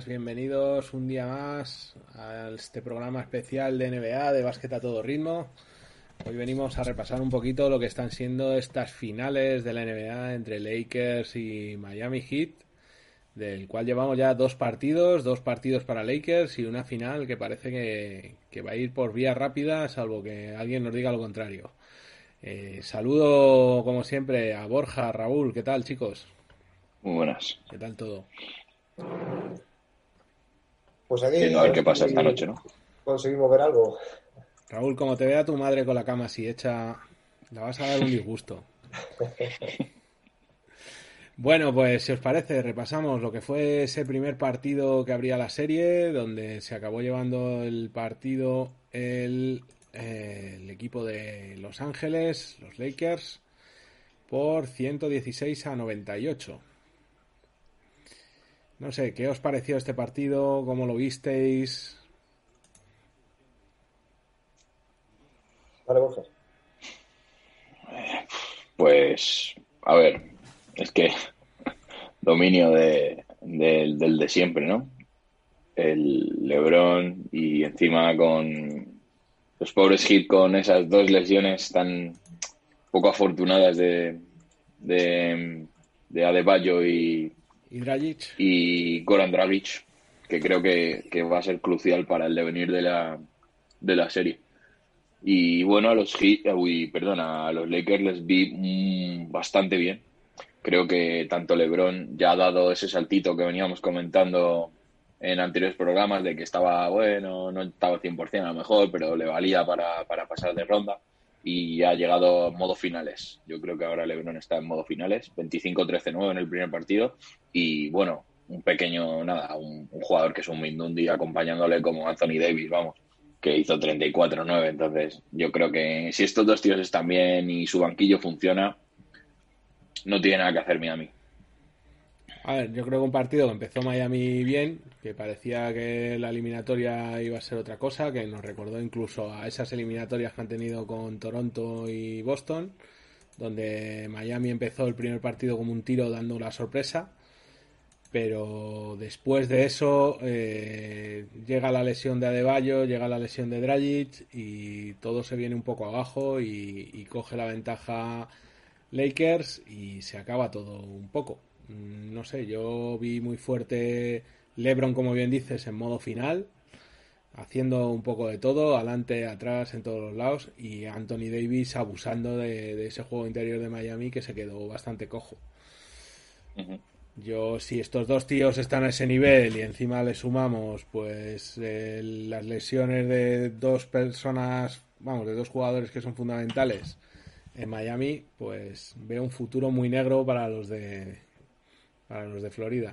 bienvenidos un día más a este programa especial de NBA, de básquet a todo ritmo. Hoy venimos a repasar un poquito lo que están siendo estas finales de la NBA entre Lakers y Miami Heat, del cual llevamos ya dos partidos para Lakers y una final que parece que va a ir por vía rápida, salvo que alguien nos diga lo contrario. Saludo, como siempre, a Borja, Raúl. ¿Qué tal, chicos? Muy buenas. ¿Qué tal todo? Pues aquí, Viendo a a ver ver qué pasa esta si noche, ¿no? conseguimos ver algo. Raúl, como te vea tu madre con la cama así hecha, la vas a dar un disgusto. Bueno, pues si os parece, repasamos lo que fue ese primer partido que abría la serie, donde se acabó llevando el partido el equipo de Los Ángeles, los Lakers, por 116-98. No sé, ¿qué os pareció este partido? ¿Cómo lo visteis? Vale, Borja. Pues, a ver, es que dominio del de siempre, ¿no? El LeBron y encima con los pobres Heat con esas dos lesiones tan poco afortunadas de, de Adebayo ¿Y Dragic? y Goran Dragic, que creo que va a ser crucial para el devenir de la serie. Y bueno, a los Lakers les vi bastante bien. Creo que tanto LeBron ya ha dado ese saltito que veníamos comentando en anteriores programas de que estaba, bueno, no estaba 100% a lo mejor, pero le valía para pasar de ronda y ha llegado a modo finales. Yo creo que ahora LeBron está en modo finales, 25-13-9 en el primer partido y bueno, un jugador que es un Mindundi acompañándole como Anthony Davis, vamos, que hizo 34-9. Entonces, yo creo que si estos dos tíos están bien y su banquillo funciona, no tiene nada que hacer Miami. A ver, yo creo que un partido que empezó Miami bien, que parecía que la eliminatoria iba a ser otra cosa, que nos recordó incluso a esas eliminatorias que han tenido con Toronto y Boston, donde Miami empezó el primer partido como un tiro dando la sorpresa, pero después de eso llega la lesión de Adebayo, llega la lesión de Dragic y todo se viene un poco abajo y coge la ventaja Lakers y se acaba todo un poco. No sé, yo vi muy fuerte LeBron, como bien dices, en modo final, haciendo un poco de todo, adelante, atrás, en todos los lados, y Anthony Davis abusando de ese juego interior de Miami que se quedó bastante cojo. Uh-huh. Yo, si estos dos tíos están a ese nivel y encima le sumamos pues las lesiones de dos personas, vamos, de dos jugadores que son fundamentales en Miami, pues veo un futuro muy negro para los de Florida.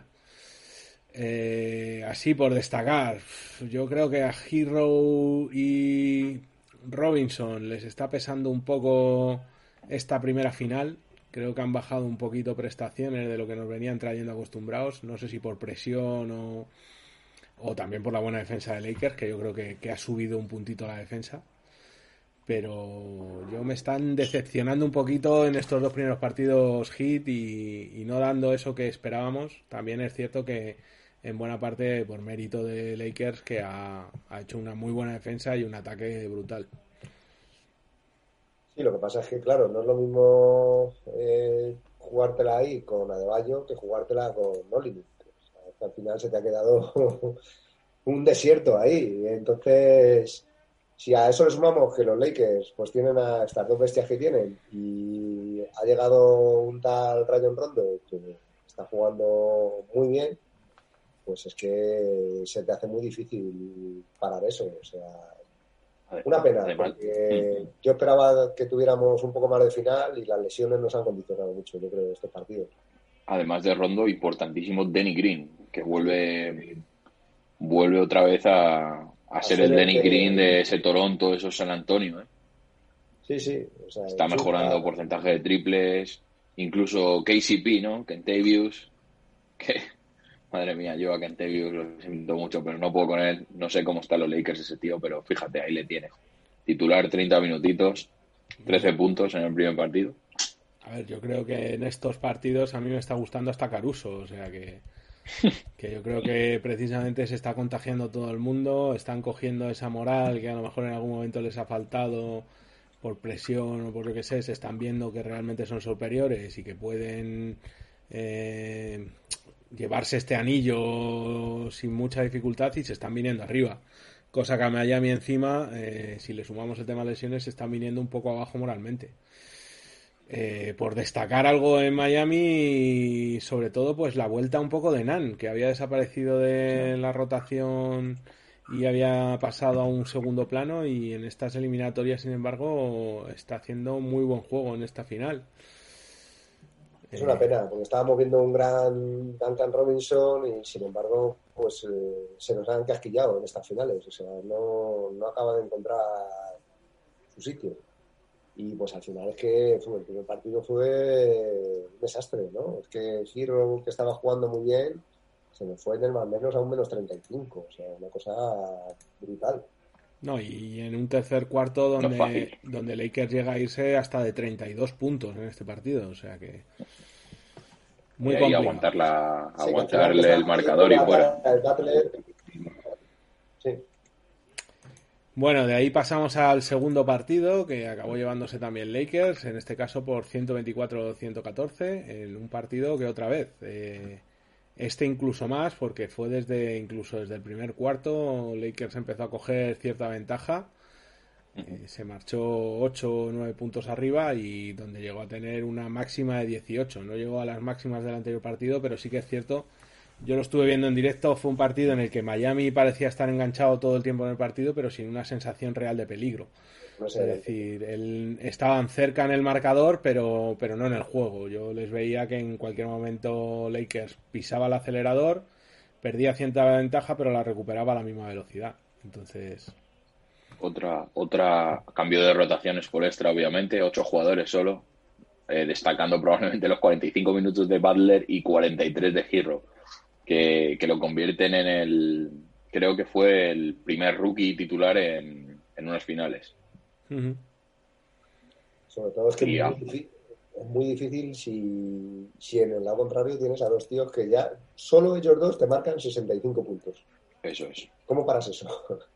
Así por destacar, yo creo que a Hero y Robinson les está pesando un poco esta primera final. Creo que han bajado un poquito prestaciones de lo que nos venían trayendo acostumbrados. No sé si por presión o también por la buena defensa de Lakers, que yo creo que ha subido un puntito la defensa. Pero yo me están decepcionando un poquito en estos dos primeros partidos Heat y no dando eso que esperábamos. También es cierto que en buena parte por mérito de Lakers, que ha hecho una muy buena defensa y un ataque brutal. Sí, lo que pasa es que, claro, no es lo mismo jugártela ahí con Adebayo que jugártela con No Limit. O sea, que al final se te ha quedado un desierto ahí. Entonces, si a eso le sumamos que los Lakers pues tienen a estas dos bestias que tienen y ha llegado un tal Rayon Rondo que está jugando muy bien, pues es que se te hace muy difícil parar eso. O sea, una pena, Además, porque yo esperaba que tuviéramos un poco más de final y las lesiones nos han condicionado mucho, yo creo, este partido. además de Rondo, importantísimo Danny Green, que vuelve otra vez a A ser ser el el Danny Green que... de ese Toronto, esos San Antonio, ¿eh? Sí, sí, o sea, Está enchufa. mejorando porcentaje de triples, incluso KCP, ¿no? Kentavious, que madre mía, yo a Kentavious lo siento mucho, pero no puedo con él. No sé cómo están los Lakers ese tío, pero fíjate, ahí le tienes. Titular 30 minutitos, 13 puntos en el primer partido. A ver, yo creo que en estos partidos a mí me está gustando hasta Caruso, o sea que que yo creo que precisamente se está contagiando todo el mundo, están cogiendo esa moral que a lo mejor en algún momento les ha faltado por presión o por lo que sé, se están viendo que realmente son superiores y que pueden llevarse este anillo sin mucha dificultad y se están viniendo arriba. Cosa que a Miami encima, si le sumamos el tema de lesiones, se están viniendo un poco abajo moralmente. Por destacar algo en Miami, sobre todo pues la vuelta un poco de Nan, que había desaparecido de la rotación y había pasado a un segundo plano, y en estas eliminatorias, sin embargo, está haciendo muy buen juego en esta final. Es una pena, porque estábamos viendo un gran Duncan Robinson y, sin embargo, pues se nos han casquillado en estas finales. O sea, no acaba de encontrar su sitio. Y pues al final es que el primer partido fue un desastre, ¿no? Es que Hero, que estaba jugando muy bien, se nos fue del más menos a un menos 35. O sea, una cosa brutal. No, y en un tercer cuarto No es fácil. donde Lakers llega a irse hasta de 32 puntos en este partido. O sea que Y muy ahí complicado. aguantarle el marcador y fuera. El Butler, sí. Bueno, de ahí pasamos al segundo partido, que acabó llevándose también Lakers, en este caso por 124-114, en un partido que otra vez, este incluso más, porque fue incluso desde el primer cuarto, Lakers empezó a coger cierta ventaja, se marchó 8 o 9 puntos arriba y donde llegó a tener una máxima de 18. No llegó a las máximas del anterior partido, pero sí que es cierto. Yo lo estuve viendo en directo, fue un partido en el que Miami parecía estar enganchado todo el tiempo en el partido, pero sin una sensación real de peligro. No sé, Es decir, estaban cerca en el marcador, pero no en el juego. Yo les veía que en cualquier momento Lakers pisaba el acelerador, perdía cierta ventaja, pero la recuperaba a la misma velocidad. Entonces, Otra cambio de rotaciones por extra, obviamente, 8 jugadores solo, destacando probablemente los 45 minutos de Butler y 43 de Hero, que lo convierten creo que fue el primer rookie titular en unas finales. sobre todo es que Y es muy difícil si en el lado contrario tienes a dos tíos que ya solo ellos dos te marcan 65 puntos. eso es. ¿Cómo paras eso?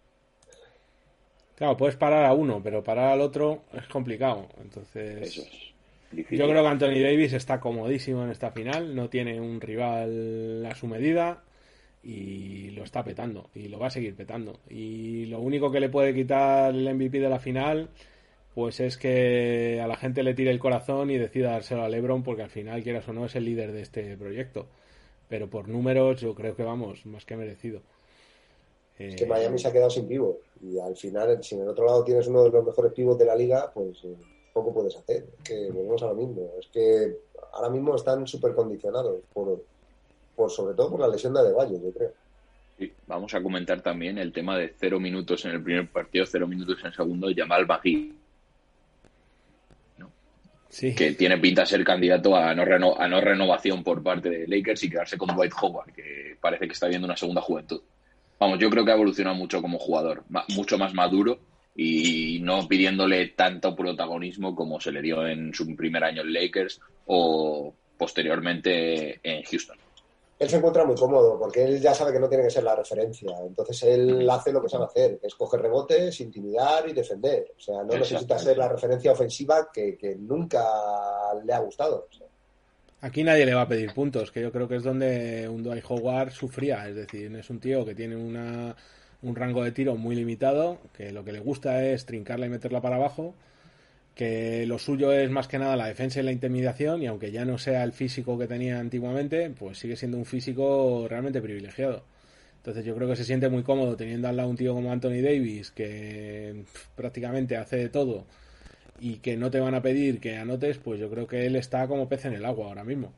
claro, puedes parar a uno, pero parar al otro es complicado. Entonces, Eso es yo difícil. creo que Anthony Davis está comodísimo en esta final, no tiene un rival a su medida y lo está petando y lo va a seguir petando. Y lo único que le puede quitar el MVP de la final, pues es que a la gente le tire el corazón y decida dárselo a LeBron, porque al final, quieras o no, es el líder de este proyecto. Pero por números yo creo que vamos, más que merecido. Es que Miami se ha quedado sin pivot y al final, si en el otro lado tienes uno de los mejores pivots de la liga, pues poco puedes hacer. Es que volvemos a lo mismo. Es que ahora mismo están súper condicionados sobre todo por la lesión de Adebayo, yo creo. Sí, vamos a comentar también el tema de 0 minutos en el primer partido, 0 minutos en el segundo, Jamal Magui, ¿no? Sí. Que tiene pinta de ser candidato a no renovación por parte de Lakers y quedarse con Dwight Howard, que parece que está viendo una segunda juventud. Vamos, yo creo que ha evolucionado mucho como jugador, mucho más maduro y no pidiéndole tanto protagonismo como se le dio en su primer año en Lakers o posteriormente en Houston. Él se encuentra muy cómodo porque él ya sabe que no tiene que ser la referencia. Entonces él hace lo que sabe hacer, que es coger rebotes, intimidar y defender. O sea, no necesita ser la referencia ofensiva que nunca le ha gustado. O sea. Aquí nadie le va a pedir puntos, que yo creo que es donde un Dwight Howard sufría. Es decir, es un tío que tiene un rango de tiro muy limitado, que lo que le gusta es trincarla y meterla para abajo, que lo suyo es más que nada la defensa y la intimidación, y aunque ya no sea el físico que tenía antiguamente, pues sigue siendo un físico realmente privilegiado. Entonces yo creo que se siente muy cómodo teniendo al lado un tío como Anthony Davis, que prácticamente hace de todo y que no te van a pedir que anotes, pues yo creo que él está como pez en el agua ahora mismo.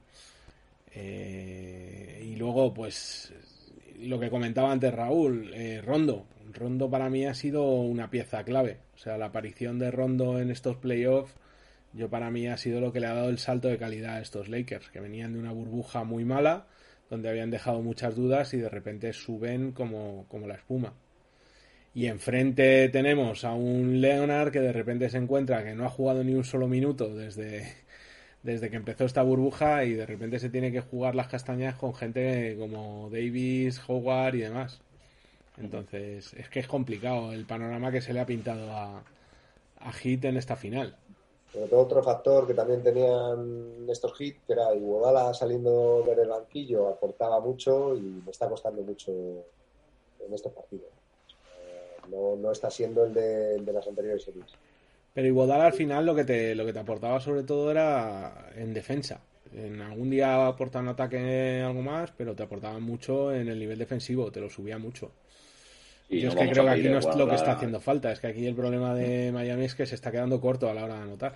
Y luego, pues, lo que comentaba antes Raúl, Rondo para mí ha sido una pieza clave. O sea, la aparición de Rondo en estos playoffs, yo para mí ha sido lo que le ha dado el salto de calidad a estos Lakers, que venían de una burbuja muy mala, donde habían dejado muchas dudas y de repente suben como la espuma. Y enfrente tenemos a un Leonard que de repente se encuentra que no ha jugado ni un solo minuto desde que empezó esta burbuja y de repente se tiene que jugar las castañas con gente como Davis, Howard y demás. Entonces, es que es complicado el panorama que se le ha pintado a Heat en esta final. Sobre todo otro factor que también tenían estos Heat, que era Iguodala saliendo del banquillo, aportaba mucho y me está costando mucho en estos partidos. No está siendo el de las anteriores series. Pero Iguodala al final lo que te aportaba sobre todo era en defensa. En algún día aportaba en ataque algo más, pero te aportaba mucho en el nivel defensivo, te lo subía mucho. Y yo es que creo que aquí no es lo que está haciendo falta, es que aquí el problema de Miami es que se está quedando corto a la hora de anotar.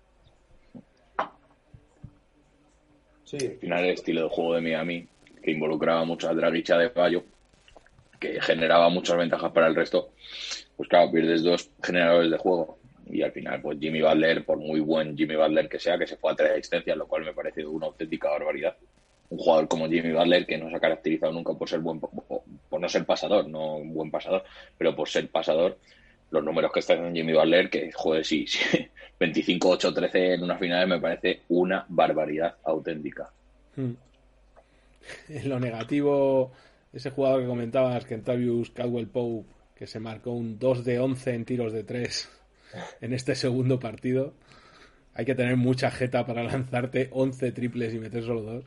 Sí. Al final el estilo de juego de Miami, que involucraba mucho a Dragic y a Adebayo, que generaba muchas ventajas para el resto, pues claro, pierdes dos generadores de juego. Y al final, pues Jimmy Butler, por muy buen Jimmy Butler que sea, que se fue a 3 asistencias, lo cual me parece una auténtica barbaridad. Un jugador como Jimmy Butler, que no se ha caracterizado nunca por ser por no ser pasador, no un buen pasador, pero por ser pasador, los números que está haciendo Jimmy Butler, que joder, sí 25, 8, 13 en una final me parece una barbaridad auténtica. En lo negativo, ese jugador que comentabas, Kentavious Caldwell-Pope, que se marcó un 2 de 11 en tiros de 3 en este segundo partido. Hay que tener mucha jeta para lanzarte 11 triples y meter solo 2.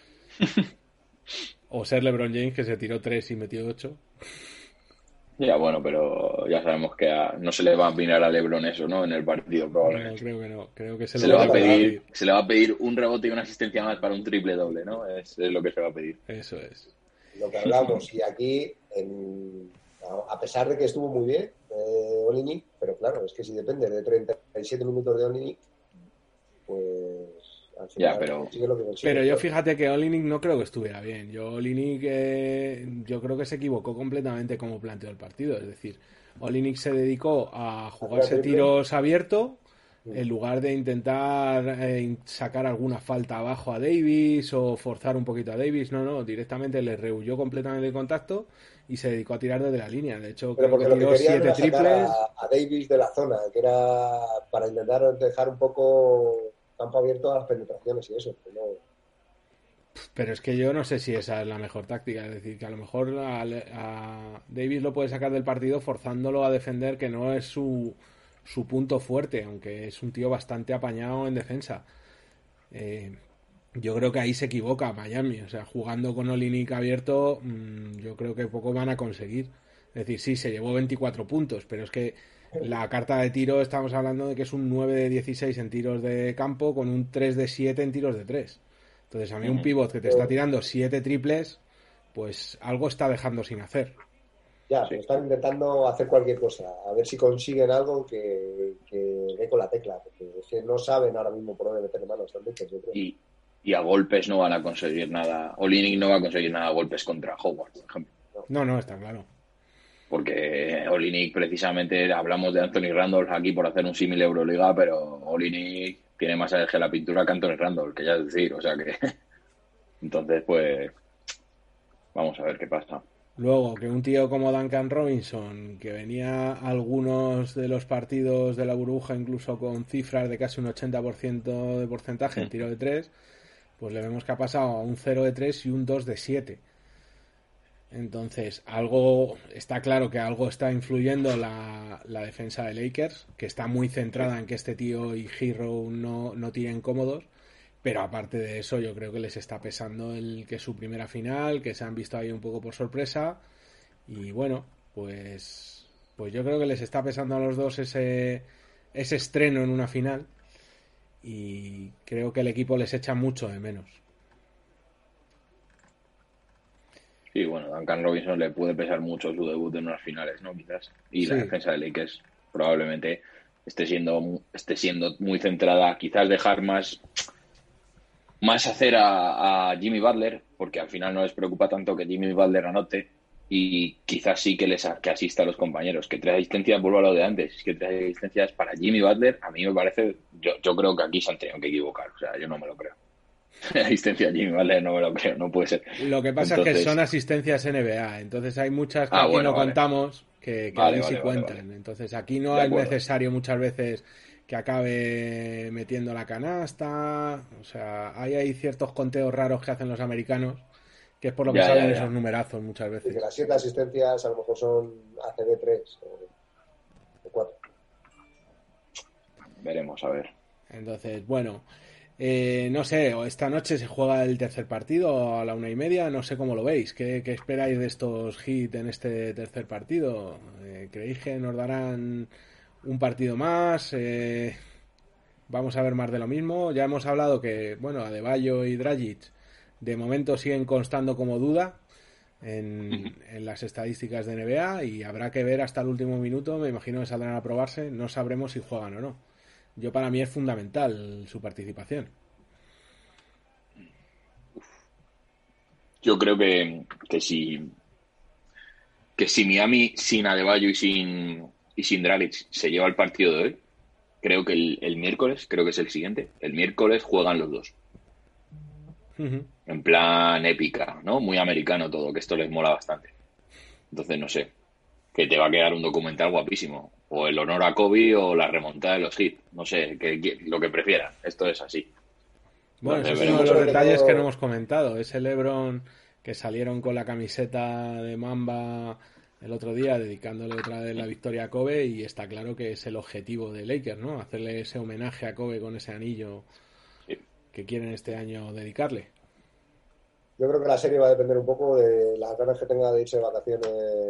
O ser LeBron James, que se tiró 3 y metió 8. Ya, bueno, pero ya sabemos que no se le va a mirar a LeBron eso, ¿no? En el partido, probablemente. No, creo que no. Creo que se le va a pedir un rebote y una asistencia más para un triple doble, ¿no? Es lo que se va a pedir. Eso es. Lo que hablamos, y aquí, a pesar de que estuvo muy bien Olynyk, pero claro, es que si depende de 37 minutos de Olynyk, pues al final ya, pero lo que consigue. Pero yo fíjate que Olynyk no creo que estuviera bien. Olynyk yo creo que se equivocó completamente como planteó el partido. Es decir, Olynyk se dedicó a jugarse tiros abiertos en lugar de intentar sacar alguna falta abajo a Davis o forzar un poquito a Davis. No, directamente le rehuyó completamente el contacto y se dedicó a tirar desde la línea. De hecho, pero creo que tiró 7 triples. A Davis de la zona, que era para intentar dejar un poco campo abierto a las penetraciones y eso. Pero es que yo no sé si esa es la mejor táctica. Es decir, que a lo mejor a Davis lo puede sacar del partido forzándolo a defender, que no es su punto fuerte, aunque es un tío bastante apañado en defensa. Yo creo que ahí se equivoca Miami. O sea, jugando con Olynyk abierto, yo creo que poco van a conseguir. Es decir, sí, se llevó 24 puntos, pero es que la carta de tiro estamos hablando de que es un 9 de 16 en tiros de campo con un 3 de 7 en tiros de 3. Entonces, a mí un pívot que te está tirando 7 triples, pues algo está dejando sin hacer. Ya, sí. Están intentando hacer cualquier cosa, a ver si consiguen algo que dé con la tecla, porque es que no saben ahora mismo por dónde meter manos, yo creo. Y a golpes no van a conseguir nada. Olynyk no va a conseguir nada a golpes contra Howard, por ejemplo. No, está claro. Porque Olynyk, precisamente, hablamos de Anthony Randolph aquí por hacer un símil Euroliga, pero Olynyk tiene más alergia a la pintura que Anthony Randolph, que ya es decir, o sea que... Entonces, pues, vamos a ver qué pasa. Luego, que un tío como Duncan Robinson, que venía a algunos de los partidos de la burbuja incluso con cifras de casi un 80% de porcentaje en tiro de 3, pues le vemos que ha pasado a un 0 de 3 y un 2 de 7. Entonces, algo está claro que algo está influyendo la defensa de Lakers, que está muy centrada en que este tío y Hero no tiren cómodos, pero aparte de eso yo creo que les está pesando el que es su primera final, que se han visto ahí un poco por sorpresa y bueno, pues yo creo que les está pesando a los dos ese estreno en una final y creo que el equipo les echa mucho de menos. Sí, bueno, Duncan Robinson le puede pesar mucho su debut en unas finales, ¿no? Quizás. Y sí. La defensa de Lakers probablemente esté siendo muy centrada, quizás dejar más hacer a Jimmy Butler, porque al final no les preocupa tanto que Jimmy Butler anote y quizás sí que asista a los compañeros. Que 3 asistencias, vuelvo a lo de antes, es que 3 asistencias para Jimmy Butler, a mí me parece, yo creo que aquí se han tenido que equivocar, o sea, yo no me lo creo. Asistencia a Jimmy Butler no me lo creo, no puede ser. Lo que pasa es que son asistencias NBA, entonces hay muchas que aquí no contamos que a ver si cuentan. Entonces aquí no es necesario muchas veces que acabe metiendo la canasta. O sea, hay ciertos conteos raros que hacen los americanos, que es por lo que salen esos numerazos muchas Y veces. que las 7 asistencias a lo mejor son ACB 3 o 4. Veremos, a ver. Entonces, bueno, no sé, esta noche se juega el tercer partido a la 1:30, no sé cómo lo veis. ¿Qué esperáis de estos Heat en este tercer partido? ¿Creéis que nos darán un partido más? ¿Vamos a ver más de lo mismo? Ya hemos hablado que, bueno, Adebayo y Dragic de momento siguen constando como duda en las estadísticas de NBA y habrá que ver hasta el último minuto. Me imagino que saldrán a probarse, no sabremos si juegan o no. Para mí es fundamental su participación. Yo creo que si Miami sin Adebayo y sin Dragic se lleva el partido de hoy, creo que el miércoles, creo que es el siguiente, el miércoles juegan los dos. Uh-huh. En plan épica, ¿no? Muy americano todo, que esto les mola bastante. Entonces, no sé, que te va a quedar un documental guapísimo. O el honor a Kobe o la remontada de los Heat. No sé, lo que prefieran. Esto es así. Bueno, ese es uno de los detalles que no hemos comentado. Ese LeBron que salieron con la camiseta de Mamba el otro día, dedicándole otra vez la victoria a Kobe, y está claro que es el objetivo de Lakers, ¿no? Hacerle ese homenaje a Kobe con ese anillo que quieren este año dedicarle. Yo creo que la serie va a depender un poco de las ganas que tenga de irse de vacaciones.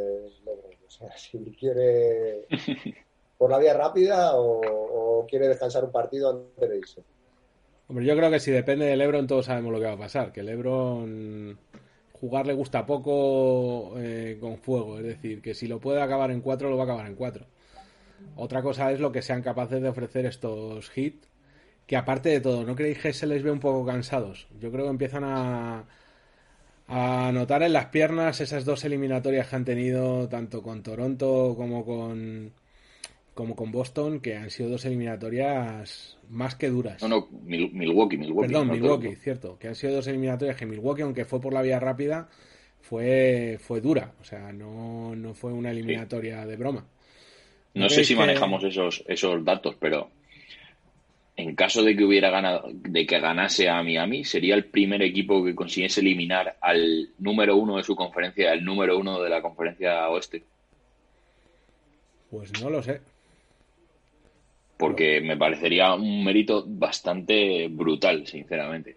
O sea, si quiere por la vía rápida o quiere descansar un partido antes de irse. Hombre, yo creo que si depende de LeBron todos sabemos lo que va a pasar. Que LeBron jugar le gusta poco con fuego. Es decir, que si lo puede acabar en 4, lo va a acabar en 4. Otra cosa es lo que sean capaces de ofrecer estos Heat, que aparte de todo, ¿no creéis que se les ve un poco cansados? Yo creo que empiezan a notar en las piernas esas dos eliminatorias que han tenido tanto con Toronto como con Boston, que han sido dos eliminatorias más que duras. No, Milwaukee. Perdón, no Milwaukee, Toronto. cierto, que han sido dos eliminatorias que Milwaukee, aunque fue por la vía rápida, fue dura, o sea, no fue una eliminatoria de broma. No sé si manejamos esos datos, pero en caso de que ganase a Miami, sería el primer equipo que consiguiese eliminar al número 1 de su conferencia, al número 1 de la conferencia oeste. Pues no lo sé. Porque me parecería un mérito bastante brutal, sinceramente.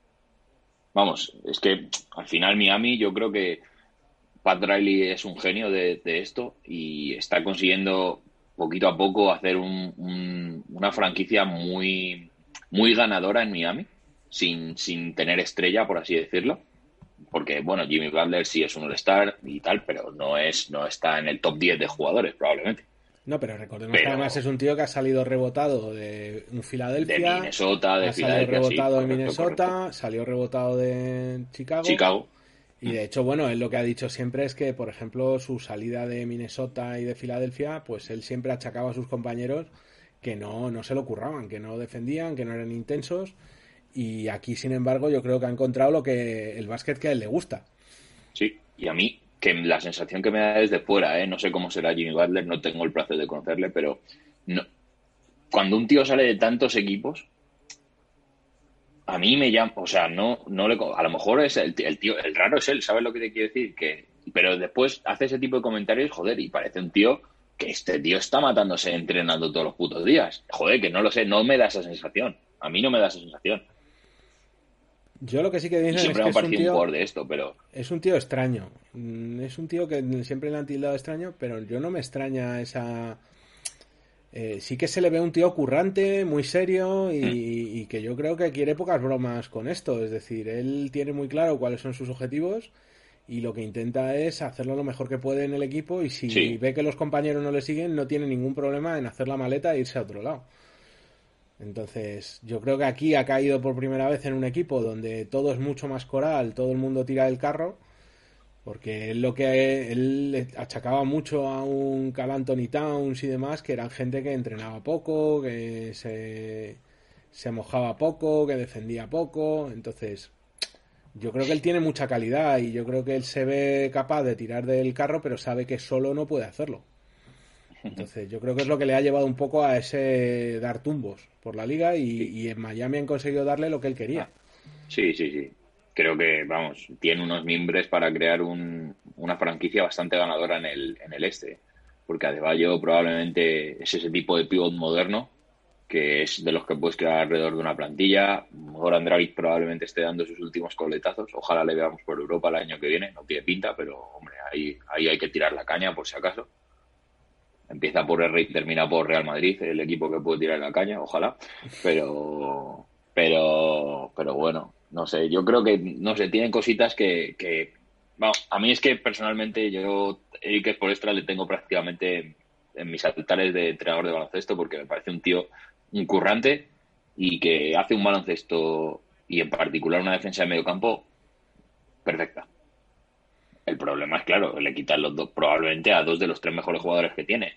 Vamos, es que al final Miami, yo creo que Pat Riley es un genio de esto y está consiguiendo poquito a poco hacer una franquicia muy, muy ganadora en Miami, sin tener estrella, por así decirlo. Porque, bueno, Jimmy Butler sí es un All-Star y tal, pero no está en el top 10 de jugadores, probablemente. No, pero recordemos que además es un tío que ha salido rebotado de un Filadelfia, de Minnesota, de Filadelfia, salido rebotado sí, de Minnesota, correcto. salió rebotado de Chicago. Y de hecho, bueno, él lo que ha dicho siempre es que, por ejemplo, su salida de Minnesota y de Filadelfia, pues él siempre achacaba a sus compañeros que no se lo curraban, que no defendían, que no eran intensos. Y aquí, sin embargo, yo creo que ha encontrado el básquet que a él le gusta. Sí, y a mí, que la sensación que me da desde fuera, no sé cómo será Jimmy Butler, no tengo el placer de conocerle, pero no, cuando un tío sale de tantos equipos, a mí me llama, o sea, no le, a lo mejor es el tío, el raro es él, ¿sabes lo que te quiero decir? Pero después hace ese tipo de comentarios, joder, y parece un tío que este tío está matándose entrenando todos los putos días. Joder, que no lo sé, no me da esa sensación. A mí no me da esa sensación. Yo lo que sí que dicen siempre es que me ha parecido un jugador de esto, pero es un tío extraño. Es un tío que siempre le han tildado extraño, pero yo no me extraña esa... sí que se le ve un tío currante, muy serio y que yo creo que quiere pocas bromas con esto. Es decir, él tiene muy claro cuáles son sus objetivos y lo que intenta es hacerlo lo mejor que puede en el equipo, y si ve que los compañeros no le siguen, no tiene ningún problema en hacer la maleta e irse a otro lado. Entonces, yo creo que aquí ha caído por primera vez en un equipo donde todo es mucho más coral, todo el mundo tira del carro, porque él achacaba mucho a un Karl Anthony Towns y demás, que eran gente que entrenaba poco, que se mojaba poco, que defendía poco. Entonces, yo creo que él tiene mucha calidad y yo creo que él se ve capaz de tirar del carro, pero sabe que solo no puede hacerlo. Entonces yo creo que es lo que le ha llevado un poco a ese dar tumbos por la liga y en Miami han conseguido darle lo que él quería. Sí, sí, sí. Creo que, vamos, tiene unos mimbres para crear una franquicia bastante ganadora en el este. Porque Adebayo probablemente es ese tipo de pivot moderno que es de los que puedes crear alrededor de una plantilla. Goran Dragic probablemente esté dando sus últimos coletazos. Ojalá le veamos por Europa el año que viene. No tiene pinta, pero, hombre, ahí hay que tirar la caña por si acaso. Empieza por R y termina por Real Madrid, el equipo que puede tirar la caña, ojalá. Pero bueno, no sé, yo creo que, no sé, tienen cositas vamos, a mí es que personalmente yo, Eric Spoelstra le tengo prácticamente en mis altares de entrenador de baloncesto porque me parece un tío incurrante y que hace un baloncesto y en particular una defensa de medio campo perfecta. El problema es, claro, le quitan los dos, probablemente a dos de los tres mejores jugadores que tiene.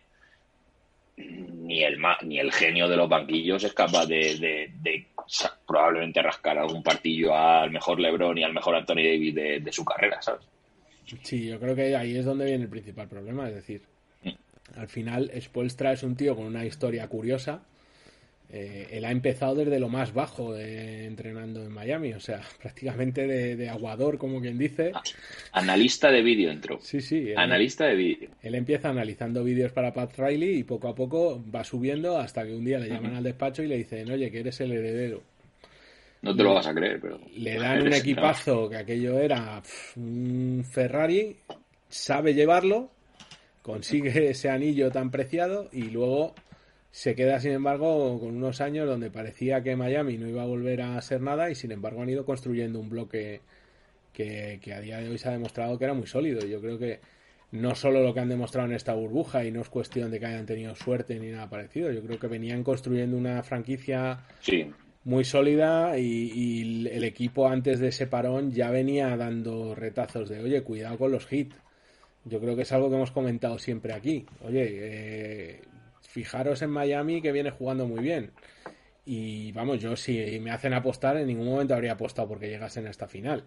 Ni el genio de los banquillos es capaz de probablemente rascar algún partillo al mejor LeBron y al mejor Anthony Davis de su carrera, ¿sabes? Sí, yo creo que ahí es donde viene el principal problema. Es decir, al final Spoelstra es un tío con una historia curiosa. Él ha empezado desde lo más bajo entrenando en Miami, o sea, prácticamente de aguador, como quien dice. Analista de vídeo entró. Sí, analista de vídeo. Él empieza analizando vídeos para Pat Riley y poco a poco va subiendo hasta que un día le llaman al despacho y le dicen, oye, que eres el heredero. No te lo vas a creer, pero... Le dan un equipazo que aquello era un Ferrari, sabe llevarlo, consigue ese anillo tan preciado y luego se queda, sin embargo, con unos años donde parecía que Miami no iba a volver a ser nada y, sin embargo, han ido construyendo un bloque que a día de hoy se ha demostrado que era muy sólido. Yo creo que no solo lo que han demostrado en esta burbuja y no es cuestión de que hayan tenido suerte ni nada parecido. Yo creo que venían construyendo una franquicia muy sólida y el equipo antes de ese parón ya venía dando retazos de, oye, cuidado con los hits. Yo creo que es algo que hemos comentado siempre aquí. Oye, fijaros en Miami que viene jugando muy bien. Y vamos, yo si me hacen apostar, en ningún momento habría apostado porque llegasen a esta final.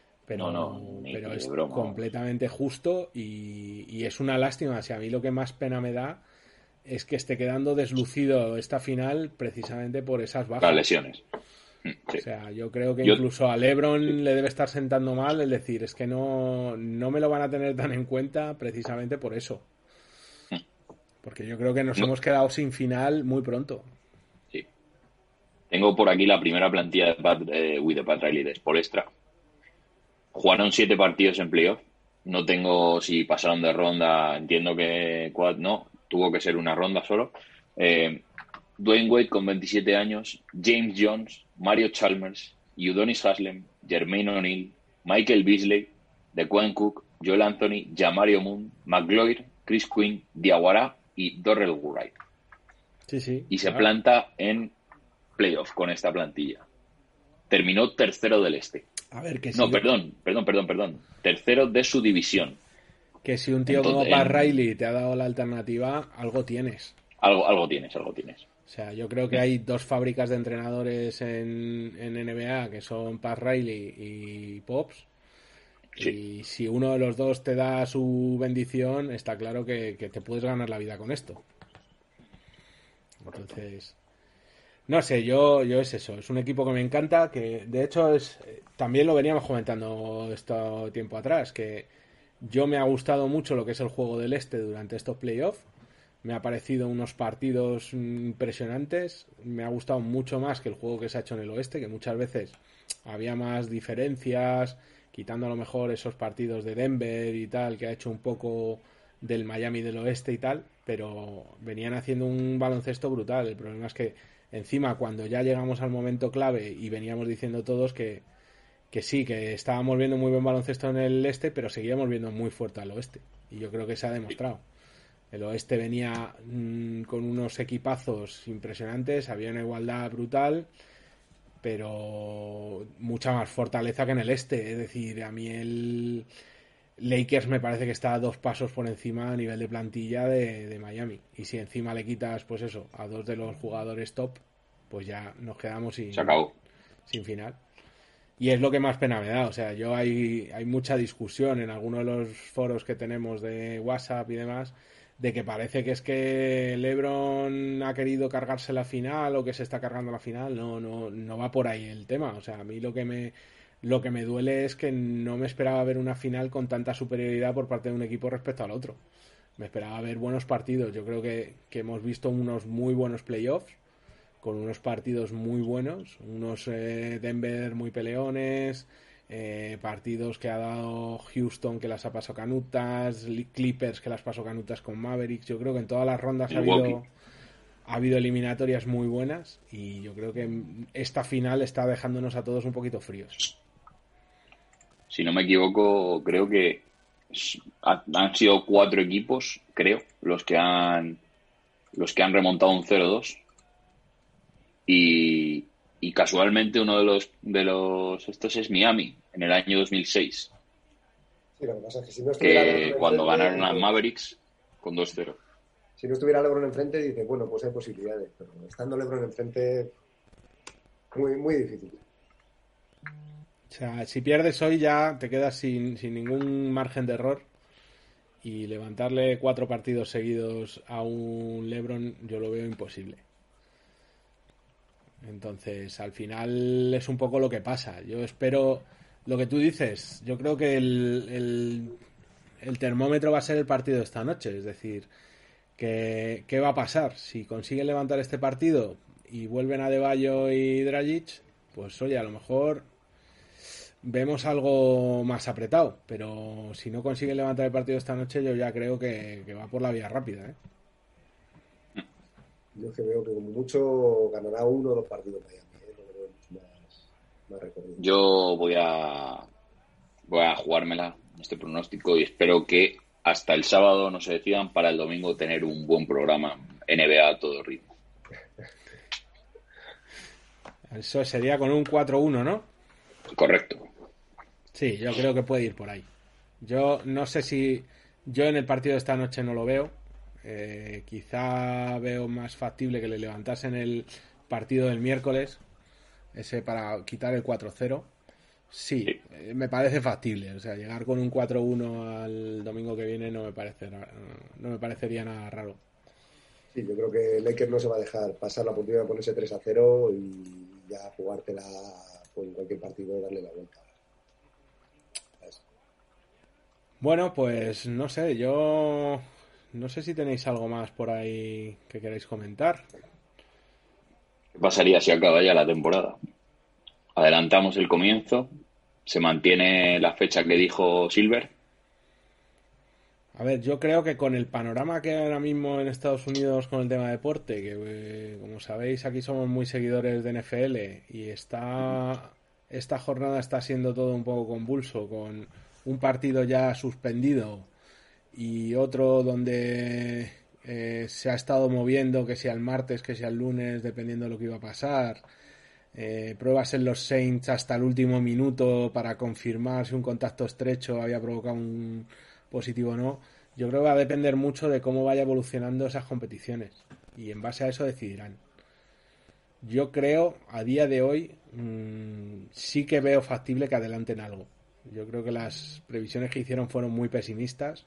Pero es completamente justo y es una lástima. Si a mí lo que más pena me da es que esté quedando deslucido esta final precisamente por esas bajas. Las lesiones. Sí. O sea, yo creo que incluso a LeBron le debe estar sentando mal el decir, es que no me lo van a tener tan en cuenta precisamente por eso. Porque yo creo que nos hemos quedado sin final muy pronto. Sí. Tengo por aquí la primera plantilla de Pat Riley de Spoelstra. Jugaron 7 partidos en playoff. No tengo si pasaron de ronda, entiendo que no, tuvo que ser una ronda solo. Dwayne Wade con 27 años, James Jones, Mario Chalmers, Udonis Haslem, Jermaine O'Neal, Michael Beasley, DeQuan Cook, Joel Anthony, Jamario Moon, McGloire, Chris Quinn, Diawara y Dorrell Wright. Sí, y se planta en playoff con esta plantilla. Terminó tercero del este. A ver, que no, perdón. Tercero de su división. Que si un tío como Pat Riley te ha dado la alternativa, algo tienes. Algo tienes. O sea, yo creo que hay dos fábricas de entrenadores en NBA que son Pat Riley y Pops. Sí. Y si uno de los dos te da su bendición, está claro que te puedes ganar la vida con esto. Entonces, no sé, yo es eso. Es un equipo que me encanta, que de hecho también lo veníamos comentando este tiempo atrás, que yo me ha gustado mucho lo que es el juego del este durante estos playoffs. Me ha parecido unos partidos impresionantes. Me ha gustado mucho más que el juego que se ha hecho en el oeste, que muchas veces había más diferencias, quitando a lo mejor esos partidos de Denver y tal, que ha hecho un poco del Miami del oeste y tal, pero venían haciendo un baloncesto brutal. El problema es que encima cuando ya llegamos al momento clave y veníamos diciendo todos que sí, que estábamos viendo muy buen baloncesto en el este, pero seguíamos viendo muy fuerte al oeste. Y yo creo que se ha demostrado. El oeste venía con unos equipazos impresionantes, había una igualdad brutal, pero mucha más fortaleza que en el este. Es decir, a mí el Lakers me parece que está a 2 pasos por encima a nivel de plantilla de Miami. Y si encima le quitas, pues eso, a 2 de los jugadores top, pues ya nos quedamos sin final. Y es lo que más pena me da. O sea, hay mucha discusión en algunos de los foros que tenemos de WhatsApp y demás, de que parece que es que LeBron ha querido cargarse la final o que se está cargando la final, no va por ahí el tema. O sea, a mí lo que me duele es que no me esperaba ver una final con tanta superioridad por parte de un equipo respecto al otro. Me esperaba ver buenos partidos. Yo creo que hemos visto unos muy buenos playoffs, con unos partidos muy buenos, unos Denver muy peleones, partidos que ha dado Houston que las ha pasado canutas, Clippers que las pasó canutas con Mavericks. Yo creo que en todas las rondas ha habido eliminatorias muy buenas y yo creo que esta final está dejándonos a todos un poquito fríos. Si no me equivoco, creo que han sido 4 equipos, creo, los que han remontado un 0-2 y casualmente uno de los estos es Miami en el año 2006. Sí, lo que pasa es que si no estuviera que cuando ganaron a Mavericks con 2-0. Si no estuviera LeBron enfrente, dices, bueno, pues hay posibilidades, pero estando LeBron enfrente, muy, muy difícil. O sea, si pierdes hoy ya te quedas sin ningún margen de error y levantarle 4 partidos seguidos a un LeBron yo lo veo imposible. Entonces, al final es un poco lo que pasa. Yo espero lo que tú dices. Yo creo que el termómetro va a ser el partido de esta noche. Es decir, ¿qué va a pasar? Si consiguen levantar este partido y vuelven a Adebayo y Dragic, pues oye, a lo mejor vemos algo más apretado. Pero si no consiguen levantar el partido esta noche, yo ya creo que va por la vía rápida, ¿eh? Yo es que veo que como mucho ganará uno de los partidos Miami, no lo veo más recorrido. Yo voy a jugármela en este pronóstico y espero que hasta el sábado no se decidan para el domingo tener un buen programa NBA a todo ritmo. Eso sería con un 4-1, ¿no? Correcto. Sí, yo creo que puede ir por ahí. Yo no sé si yo en el partido de esta noche no lo veo. Quizá veo más factible que le levantasen el partido del miércoles, ese para quitar el 4-0. Sí, me parece factible. O sea, llegar con un 4-1 al domingo que viene no me parecería nada raro. Sí, yo creo que Lakers no se va a dejar pasar la oportunidad de ponerse 3-0 y ya jugártela pues, en cualquier partido y darle la vuelta. Bueno, pues no sé, yo no sé si tenéis algo más por ahí que queráis comentar. ¿Qué pasaría si acaba ya la temporada? Adelantamos el comienzo, se mantiene la fecha que dijo Silver. A ver, yo creo que con el panorama que hay ahora mismo en Estados Unidos con el tema de deporte, que como sabéis aquí somos muy seguidores de NFL y esta jornada está siendo todo un poco convulso, con un partido ya suspendido y otro donde se ha estado moviendo, que sea el martes, que sea el lunes, dependiendo de lo que iba a pasar. Pruebas en los Saints hasta el último minuto para confirmar si un contacto estrecho había provocado un positivo o no. Yo creo que va a depender mucho de cómo vaya evolucionando esas competiciones y en base a eso decidirán. Yo creo, a día de hoy, sí que veo factible que adelanten algo. Yo creo que las previsiones que hicieron fueron muy pesimistas,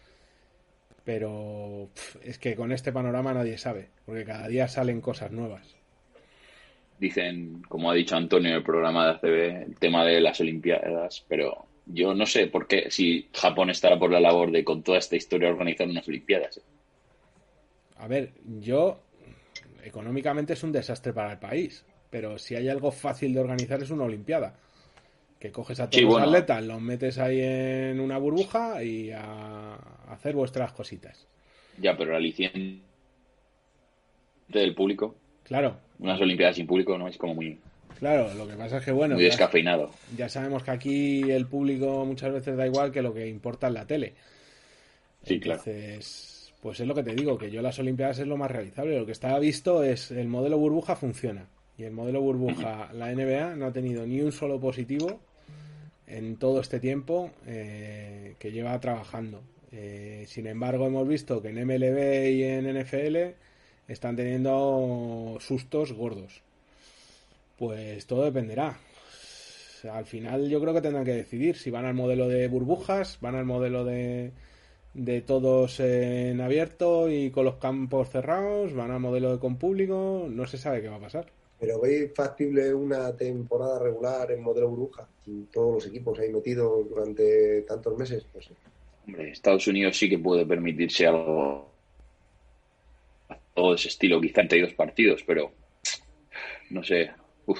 pero es que con este panorama nadie sabe, porque cada día salen cosas nuevas. Dicen, como ha dicho Antonio en el programa de ACB, el tema de las Olimpiadas, pero yo no sé por qué, si Japón estará por la labor de, con toda esta historia, organizar unas Olimpiadas. A ver, económicamente es un desastre para el país, pero si hay algo fácil de organizar es una Olimpiada. Que coges a todos los atletas, los metes ahí en una burbuja y a hacer vuestras cositas. Ya, pero el aliciente del público. Claro. Unas Olimpiadas sin público no es como muy... Claro, lo que pasa es que bueno... Muy descafeinado. Ya sabemos que aquí el público muchas veces da igual que lo que importa es la tele. Sí, entonces, claro. Pues es lo que te digo, que yo las Olimpiadas es lo más realizable. Lo que estaba visto es el modelo burbuja funciona. Y el modelo burbuja, la NBA no ha tenido ni un solo positivo en todo este tiempo que lleva trabajando. Sin embargo, hemos visto que en MLB y en NFL están teniendo sustos gordos. Pues todo dependerá. Al final yo creo que tendrán que decidir si van al modelo de burbujas, van al modelo de de todos en abierto y con los campos cerrados, van a modelo con público, no se sabe qué va a pasar. ¿Pero veis factible una temporada regular en modelo burbuja? Y todos los equipos ahí metidos durante tantos meses, no sé. Hombre, Estados Unidos sí que puede permitirse algo todo de ese estilo, quizá 32 partidos, pero no sé. Uf,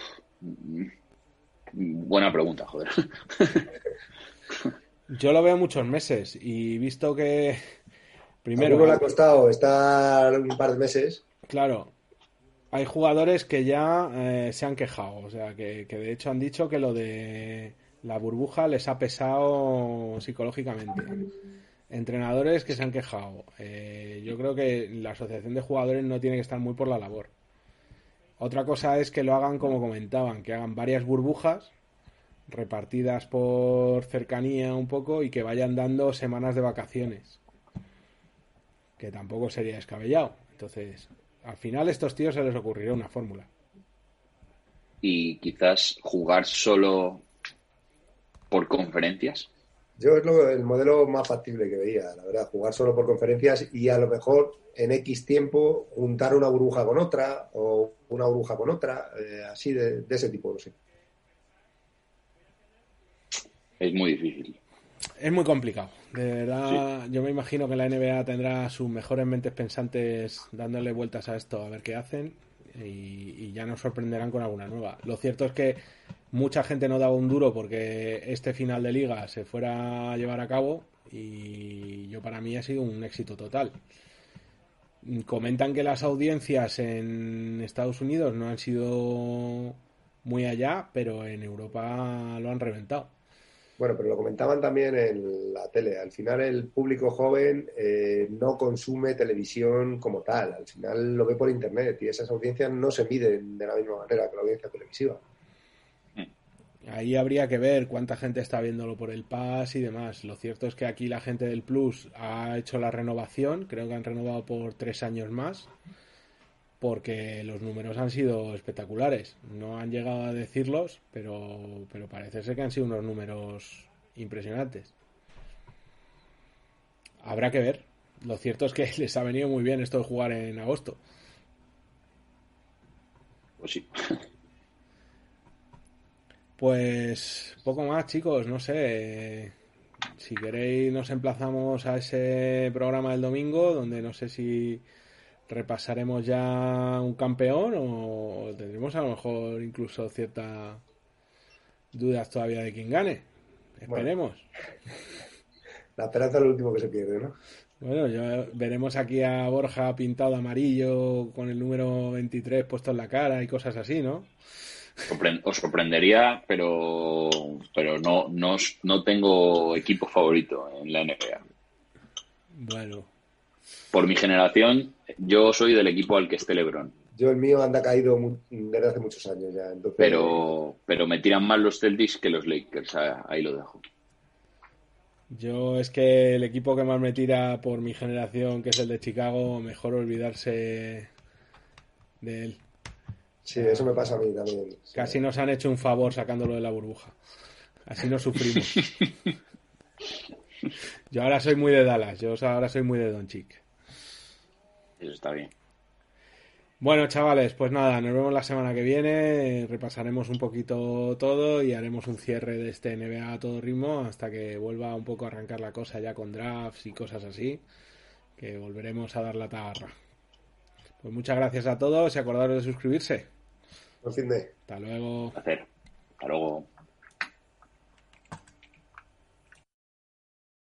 buena pregunta, joder. Yo lo veo muchos meses y visto que primero, Alguno le ha costado estar un par de meses. claro, hay jugadores que ya se han quejado, o sea, que de hecho han dicho que lo de la burbuja les ha pesado psicológicamente. Entrenadores que se han quejado. Yo creo que la asociación de jugadores no tiene que estar muy por la labor. Otra cosa es que lo hagan como comentaban, que hagan varias burbujas repartidas por cercanía un poco y que vayan dando semanas de vacaciones, que tampoco sería descabellado. Entonces, al final a estos tíos se les ocurrirá una fórmula. Y quizás jugar solo por conferencias. Yo es el modelo más factible que veía, la verdad, jugar solo por conferencias y a lo mejor en X tiempo juntar una burbuja con otra o una burbuja con otra, así de ese tipo, no sé. Es muy difícil. Es muy complicado, de verdad. Sí. Yo me imagino que la NBA tendrá sus mejores mentes pensantes dándole vueltas a esto a ver qué hacen y ya nos sorprenderán con alguna nueva. Lo cierto es que mucha gente no daba un duro porque este final de liga se fuera a llevar a cabo y yo para mí ha sido un éxito total. Comentan que las audiencias en Estados Unidos no han sido muy allá, pero en Europa lo han reventado. Bueno, pero lo comentaban también en la tele. Al final el público joven no consume televisión como tal. Al final lo ve por internet y esas audiencias no se miden de la misma manera que la audiencia televisiva. Ahí habría que ver cuánta gente está viéndolo por el Pass y demás. Lo cierto es que aquí la gente del Plus ha hecho la renovación. Creo que han renovado por 3 años más. Porque los números han sido espectaculares. No han llegado a decirlos, pero parece ser que han sido unos números impresionantes. Habrá que ver. Lo cierto es que les ha venido muy bien esto de jugar en agosto. Pues sí. Pues poco más, chicos. No sé. Si queréis nos emplazamos a ese programa del domingo, donde no sé si repasaremos ya un campeón o tendremos a lo mejor incluso ciertas dudas todavía de quién gane. Esperemos. Bueno, la esperanza es lo último que se pierde, ¿no? Bueno, ya veremos aquí a Borja pintado de amarillo con el número 23 puesto en la cara y cosas así, ¿no? Os sorprendería, pero no tengo equipo favorito en la NBA. Bueno. Por mi generación, yo soy del equipo al que esté LeBron. Yo el mío anda caído desde hace muchos años ya. Entonces... Pero me tiran más los Celtics que los Lakers. Ahí lo dejo. Yo es que el equipo que más me tira por mi generación, que es el de Chicago, mejor olvidarse de él. Sí, eso me pasa a mí también. Sí. Casi nos han hecho un favor sacándolo de la burbuja. Así no sufrimos. Yo ahora soy muy de Dallas. Yo ahora soy muy de Doncic. Eso está bien. Bueno, chavales, pues nada, nos vemos la semana que viene. Repasaremos un poquito todo y haremos un cierre de este NBA a todo ritmo hasta que vuelva un poco a arrancar la cosa ya con drafts y cosas así. Que volveremos a dar la tabarra. Pues muchas gracias a todos y acordaros de suscribirse. Buen fin de. Hasta luego. Placer.